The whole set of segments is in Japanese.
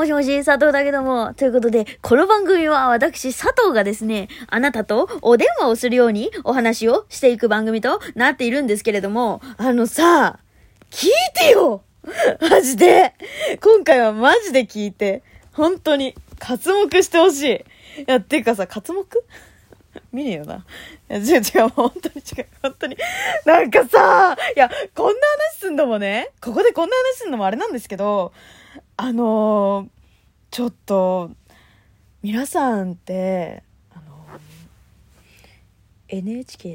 もしもし、佐藤だけども。ということで、この番組は私、佐藤がですね、あなたとお電話をするようにお話をしていく番組となっているんですけれども、聞いてよマジで今回はマジで聞いて。本当に、刮目してほしい。いや、っていうかさ、刮目見ねえよな。いや、違う、本当に違う。本当に。なんかさ、いや、こんな話すんのもね、ここでこんな話すんのもあれなんですけど、ちょっと、皆さんって、NHK って、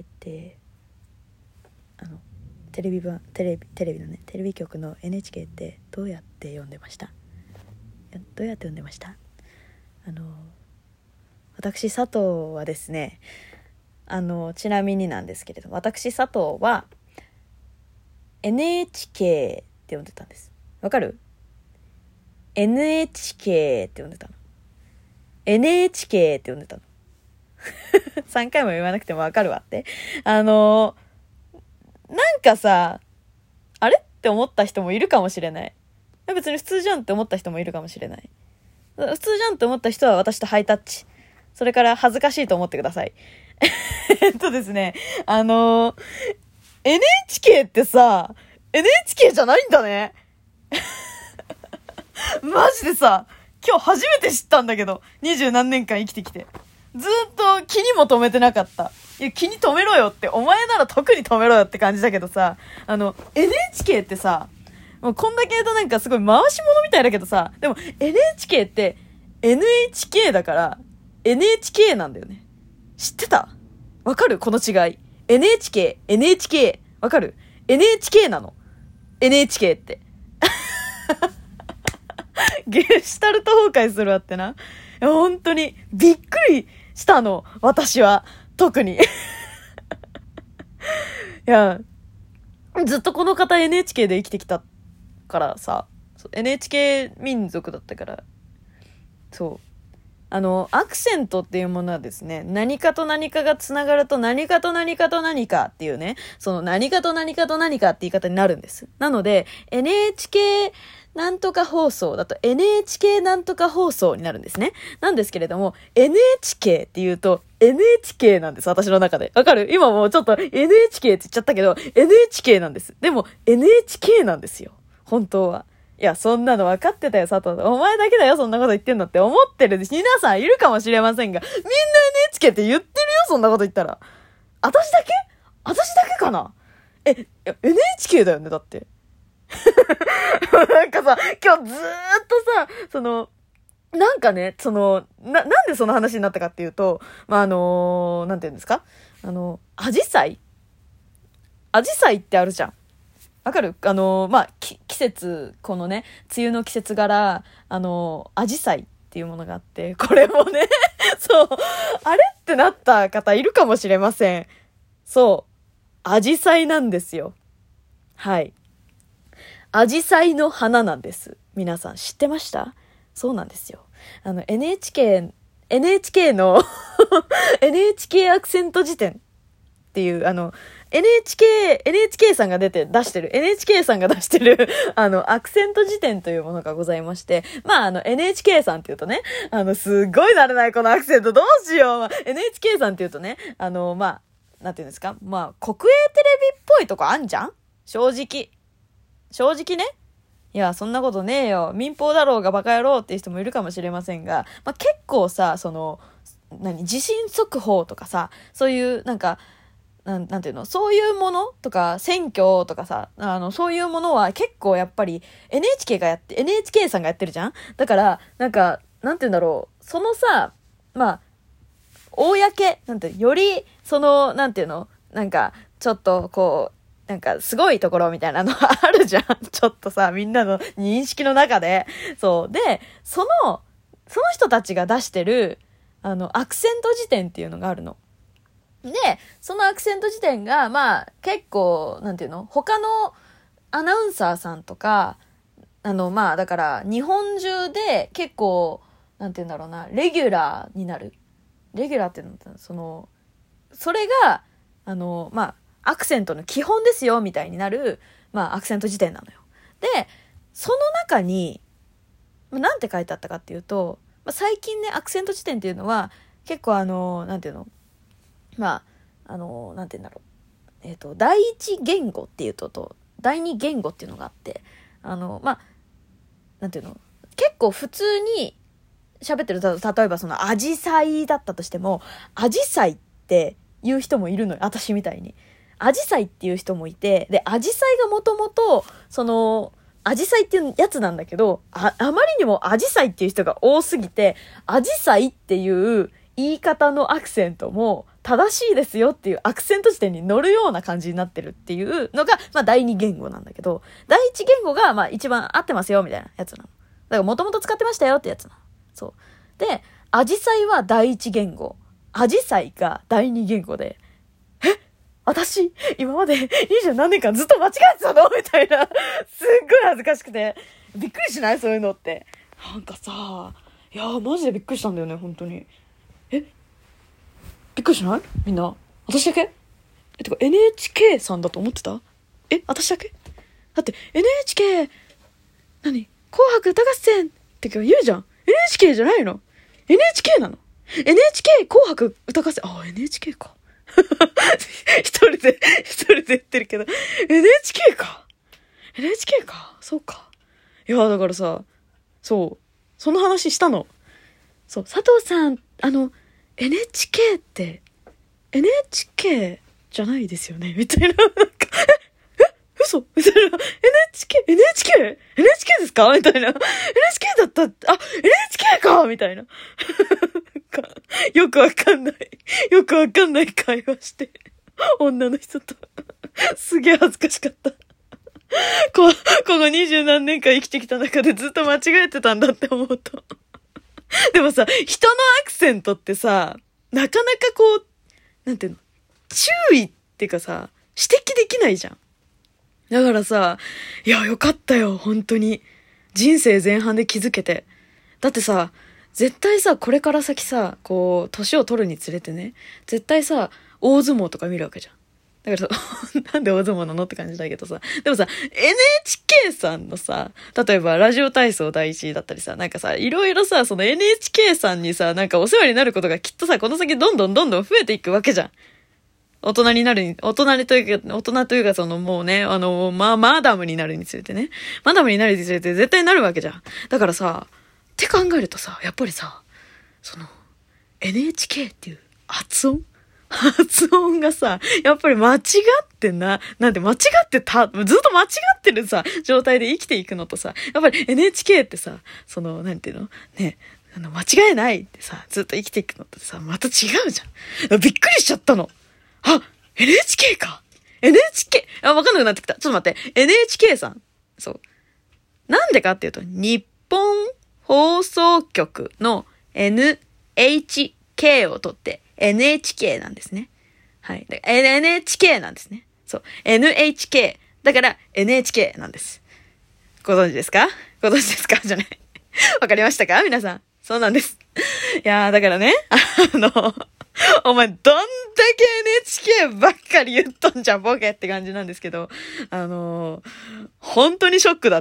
テレビのね、テレビ局の NHK ってどうやって読んでました？どうやって読んでました？私、佐藤はですね、ちなみになんですけれども、私、佐藤は、NHK って呼んでたんです。わかる？ NHK って呼んでたの。NHK って呼んでたの。3回も言わなくてもわかるわって。なんかさ、あれって思った人もいるかもしれない。別に普通じゃんって思った人もいるかもしれない。普通じゃんって思った人は私とハイタッチ。それから恥ずかしいと思ってください。ですね、NHK ってさ、NHK じゃないんだね。マジでさ、今日初めて知ったんだけど、20何年間生きてきて。ずっと気にも留めてなかった。いや、気に留めろよって、お前なら特に留めろよって感じだけどさ、NHK ってさ、もうこんだけ言うとなんかすごい回し物みたいだけどさ、でも NHK って NHK だから NHK なんだよね。知ってた？わかる？この違い。NHK、わかる？ NHK なの。NHK って。ゲシュタルト崩壊するわってな。いや本当にびっくりしたの。私は。特に。いや、ずっとこの方 NHK で生きてきたからさ、NHK 民族だったから、そう。アクセントっていうものはですね、何かと何かがつながると何かと何かと何かっていうね、その何かと何かと何かって言い方になるんです。なので、NHK なんとか放送だと NHK なんとか放送になるんですね。なんですけれども、NHK って言うと NHK なんです、私の中で。わかる？今もうちょっと NHK って言っちゃったけど、NHK なんです。でも NHK なんですよ。本当は。いや、そんなの分かってたよ、佐藤。お前だけだよ、そんなこと言ってんのって思ってる皆さんいるかもしれませんが、みんな NHK って言ってるよ、そんなこと言ったら。私だけかな？NHK だよね、だって。なんかさ、今日ずーっとさ、なんかね、なんでその話になったかっていうと、なんて言うんですか？アジサイってあるじゃん。わかる？季節、このね、梅雨の季節柄、アジサイっていうものがあって、これもね、そう、あれってなった方いるかもしれません。そう、アジサイなんですよ。はい。アジサイの花なんです。皆さん知ってました？そうなんですよ。NHK のNHK アクセント辞典っていう、NHK さんがNHK さんが出してる、アクセント辞典というものがございまして、NHK さんって言うとね、すっごい慣れないこのアクセントどうしよう。NHK さんって言うとね、なんていうんですか？国営テレビっぽいとこあんじゃん？正直ね。いや、そんなことねえよ。民放だろうがバカ野郎っていう人もいるかもしれませんが、結構さ、地震速報とかさ、そういう、なんていうの、そういうものとか、選挙とかさ、そういうものは結構やっぱり NHK さんがやってるじゃん？だから、なんていうんだろう、そのさ、より、なんていうの、ちょっとこう、すごいところみたいなのあるじゃん。ちょっとさ、みんなの認識の中で。そう。で、その人たちが出してる、アクセント辞典っていうのがあるの。で、そのアクセント辞典が、結構、なんていうの？他のアナウンサーさんとか、だから、日本中で結構、なんていうんだろうな、レギュラーになる。レギュラーっていうのそれが、アクセントの基本ですよ、みたいになる、アクセント辞典なのよ。で、その中に、 なんて書いてあったかっていうと、最近ね、アクセント辞典っていうのは、結構なんていうの、なんていうんだろう。第一言語っていうと、第二言語っていうのがあって、なんていうの、結構普通に喋ってると、例えばそのアジサイだったとしても、アジサイって言う人もいるのよ、私みたいに。アジサイっていう人もいて、で、アジサイがもともと、その、アジサイっていうやつなんだけど、あまりにもアジサイっていう人が多すぎて、アジサイっていう言い方のアクセントも正しいですよっていうアクセント辞典に載るような感じになってるっていうのが、第二言語なんだけど、第一言語が一番合ってますよみたいなやつなの。だからもともと使ってましたよってやつなの。そう。で、アジサイは第一言語。アジサイが第二言語で、私、今まで20何年間ずっと間違えてたのみたいな。すっごい恥ずかしくて。びっくりしないそういうのって。なんかさ、いやマジでびっくりしたんだよね、本当に。びっくりしないみんな。私だけてか NHK さんだと思ってた私だけだって NHK、紅白歌合戦って言うじゃん。NHK じゃないの ?NHK なの ?NHK 紅白歌合戦。NHK か。一人で言ってるけど、NHK か。NHK か。そうか。いや、だからさ、その話したの。佐藤さん、NHK って、NHK じゃないですよねみたいな。なんか、嘘みたいな。NHK ですかみたいな。NHK だった。NHK かみたいな。よくわかんない会話して。女の人と。すげえ恥ずかしかった。この20何年間生きてきた中でずっと間違えてたんだって思うと。でもさ、人のアクセントってさ、なかなかなんていうの、注意ってかさ、指摘できないじゃん。だからさ、いや、よかったよ、本当に。人生前半で気づけて。だってさ、絶対さ、これから先さ、年を取るにつれてね、絶対さ、大相撲とか見るわけじゃん。だからさ、なんで大相撲なのって感じだけどさ、でもさ、NHK さんのさ、例えばラジオ体操第一だったりさ、なんかさ、いろいろさ、その NHK さんにさ、なんかお世話になることがきっとさ、この先どんどん増えていくわけじゃん。大人というかそのもうね、マダムになるにつれてね。マダムになるにつれて絶対なるわけじゃん。だからさ、って考えるとさ、やっぱりさ、NHK っていう発音がさ、やっぱり間違ってなんで間違ってずっと間違ってるさ、状態で生きていくのとさ、やっぱり NHK ってさ、なんていうのね、間違えないってさ、ずっと生きていくのってさ、また違うじゃん。びっくりしちゃったの。NHK か。NHK、わかんなくなってきた。ちょっと待って。NHK さん。そう。なんでかっていうと、日本放送局の NHK を取って NHK なんですね。はい。NHK なんですね。そう。NHK。だから NHK なんです。ご存知ですかじゃない。わかりましたか皆さん。そうなんです。いやー、だからね、お前どんだけ NHK ばっかり言っとんじゃんボケって感じなんですけど、本当にショックだった。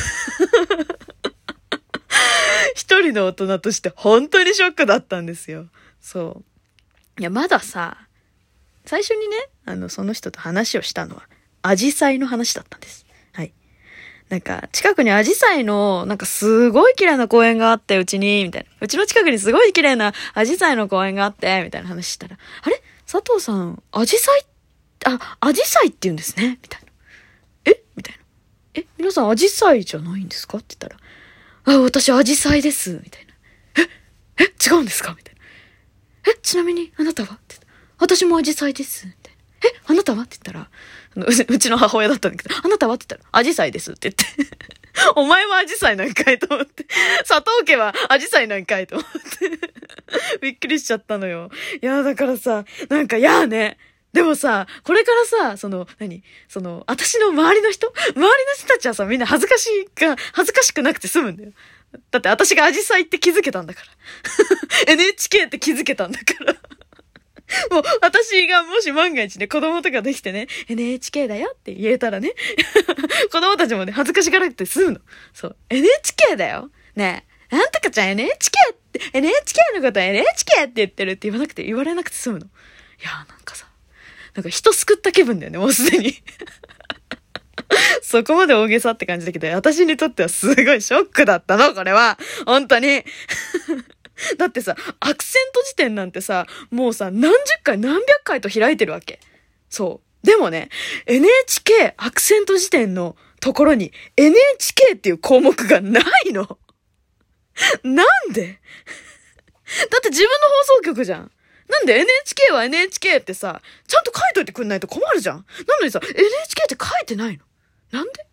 一人の大人として本当にショックだったんですよ。そう。いや、まださ、最初にね、その人と話をしたのは、アジサイの話だったんです。はい。なんか、近くにアジサイの、なんかすごい綺麗な公園があって、うちに、みたいな。うちの近くにすごい綺麗なアジサイの公園があって、みたいな話したら、あれ佐藤さん、アジサイって言うんですねみたいな。みたいな。皆さんアジサイじゃないんですかって言ったら、私アジサイです。みたいな。違うんですかみたいな。ちなみに、あなたはって言ったら、私もアジサイです。みたいな。あなたはって言ったら、うちの母親だったんだけど、あなたはって言ったら、アジサイですって言って。お前もアジサイなんかいと思って。佐藤家はアジサイなんかいと思って。びっくりしちゃったのよ。いや、だからさ、なんか、ね。でもさ、これからさ、私の周りの人たちはさ、みんな恥ずかしくなくて済むんだよ。だって私がアジサイって気づけたんだから。NHK って気づけたんだから。もう、私がもし万が一ね、子供とかできてね、NHK だよって言えたらね、子供たちもね、恥ずかしがられて済むの。そう、NHK だよ。 ねえ、なんとかちゃん NHK のこと NHK って言ってるって言われなくて済むの。いやなんかさ、なんか人救った気分だよね、もうすでに。そこまで大げさって感じだけど、私にとってはすごいショックだったの、これは。本当に。だってさ、アクセント辞典なんてさ、もうさ、何十回何百回と開いてるわけ。そう。でもね、NHK アクセント辞典のところに NHK っていう項目がないの。なんでだって自分の放送局じゃん。なんで NHK は NHK ってさ、ちゃんと書いといてくんないと困るじゃん。なのにさ、NHK って書いてないの。なんで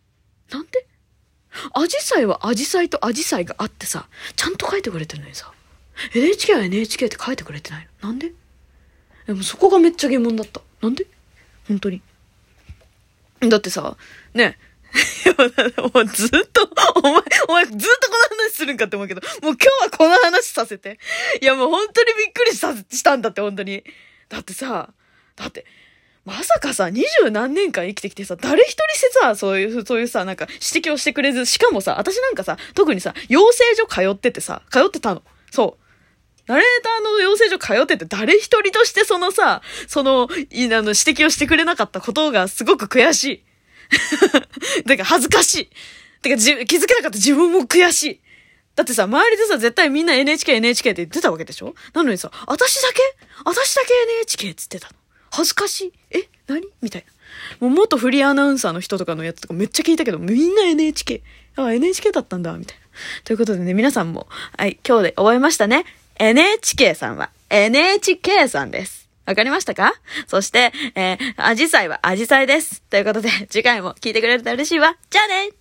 アジサイはアジサイとアジサイがあってさ、ちゃんと書いてくれてるのにさ、NHK は NHK って書いてくれてないの。なんで？でもそこがめっちゃ疑問だった。なんで？本当に。だってさ、ね、もうずっと、お前ずっとこの話するんかって思うけど、もう今日はこの話させて。いやもう本当にびっくりしたんだって、本当に。だって、まさかさ、20何年間生きてきてさ、誰一人さ、そういうさ、なんか指摘をしてくれず、しかもさ、私なんかさ、特にさ、養成所通ってたの。そう。ナレーターの養成所通ってて、誰一人として指摘をしてくれなかったことがすごく悔しい。だから恥ずかしい。気づけなかった自分も悔しい。だってさ、周りでさ、絶対みんな NHK って言ってたわけでしょ？なのにさ、私だけ NHK って言ってたの。恥ずかしい。何みたいな。もう元フリーアナウンサーの人とかのやつとかめっちゃ聞いたけど、みんな NHK。NHK だったんだ、みたいな。ということでね、皆さんも、はい、今日で覚えましたね。NHK さんは NHK さんです。わかりましたか？そして、アジサイはアジサイです。ということで、次回も聞いてくれると嬉しいわ。じゃあね！